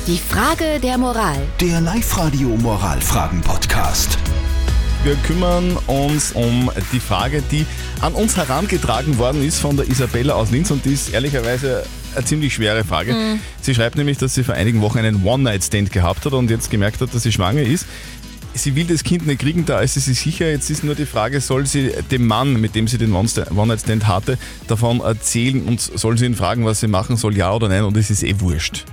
Die Frage der Moral. Der Live-Radio Moralfragen-Podcast. Wir kümmern uns um die Frage, die an uns herangetragen worden ist von der Isabella aus Linz, und die ist ehrlicherweise eine ziemlich schwere Frage. Sie schreibt nämlich, dass sie vor einigen Wochen einen One-Night-Stand gehabt hat und jetzt gemerkt hat, dass sie schwanger ist. Sie will das Kind nicht kriegen, da ist sie sich sicher. Jetzt ist nur die Frage, soll sie dem Mann, mit dem sie den One-Night-Stand hatte, davon erzählen und soll sie ihn fragen, was sie machen soll, ja oder nein, und es ist wurscht.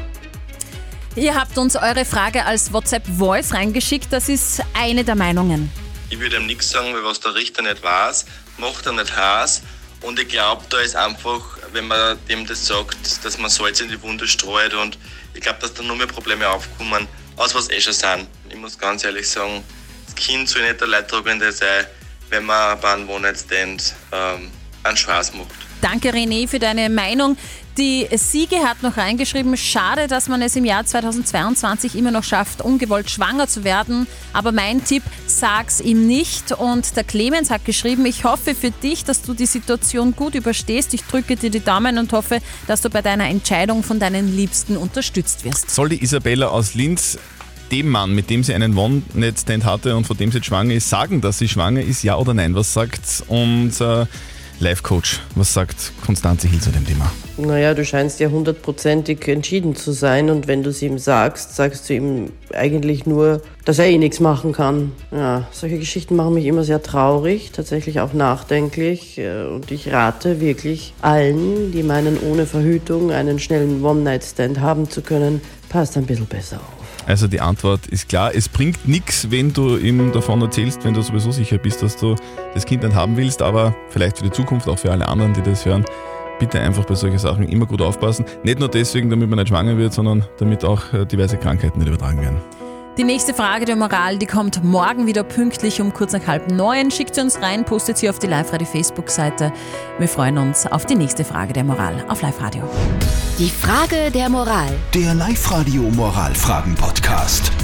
Ihr habt uns eure Frage als WhatsApp-Voice reingeschickt, das ist eine der Meinungen. Ich würde ihm nichts sagen, weil was der Richter nicht weiß, macht er nicht heiß. Und ich glaube, da ist einfach, wenn man dem das sagt, dass man Salz in die Wunde streut, und ich glaube, dass da nur mehr Probleme aufkommen, als was schon sind. Ich muss ganz ehrlich sagen, das Kind soll nicht der Leidtragende sein, wenn man bei einem One-Night-Stand einen Spaß macht. Danke René für deine Meinung. Die Siege hat noch reingeschrieben, schade, dass man es im Jahr 2022 immer noch schafft, ungewollt schwanger zu werden. Aber mein Tipp, sag's ihm nicht. Und der Clemens hat geschrieben, ich hoffe für dich, dass du die Situation gut überstehst. Ich drücke dir die Daumen und hoffe, dass du bei deiner Entscheidung von deinen Liebsten unterstützt wirst. Soll die Isabella aus Linz dem Mann, mit dem sie einen One-Night-Stand hatte und von dem sie jetzt schwanger ist, sagen, dass sie schwanger ist, ja oder nein? Was sagt unser Life-Coach, was sagt Konstanze Hill zu dem Thema? Naja, du scheinst ja 100%ig entschieden zu sein, und wenn du es ihm sagst, sagst du ihm eigentlich nur, dass er nichts machen kann. Ja, solche Geschichten machen mich immer sehr traurig, tatsächlich auch nachdenklich, und ich rate wirklich allen, die meinen, ohne Verhütung einen schnellen One-Night-Stand haben zu können, passt ein bisschen besser auf. Also die Antwort ist klar, es bringt nichts, wenn du ihm davon erzählst, wenn du sowieso sicher bist, dass du das Kind nicht haben willst, aber vielleicht für die Zukunft, auch für alle anderen, die das hören, bitte einfach bei solchen Sachen immer gut aufpassen. Nicht nur deswegen, damit man nicht schwanger wird, sondern damit auch diverse Krankheiten nicht übertragen werden. Die nächste Frage der Moral, die kommt morgen wieder pünktlich um kurz nach 8:30. Schickt sie uns rein, postet sie auf die Live-Radio Facebook-Seite. Wir freuen uns auf die nächste Frage der Moral auf Live-Radio. Die Frage der Moral. Der Live-Radio Moralfragen-Podcast.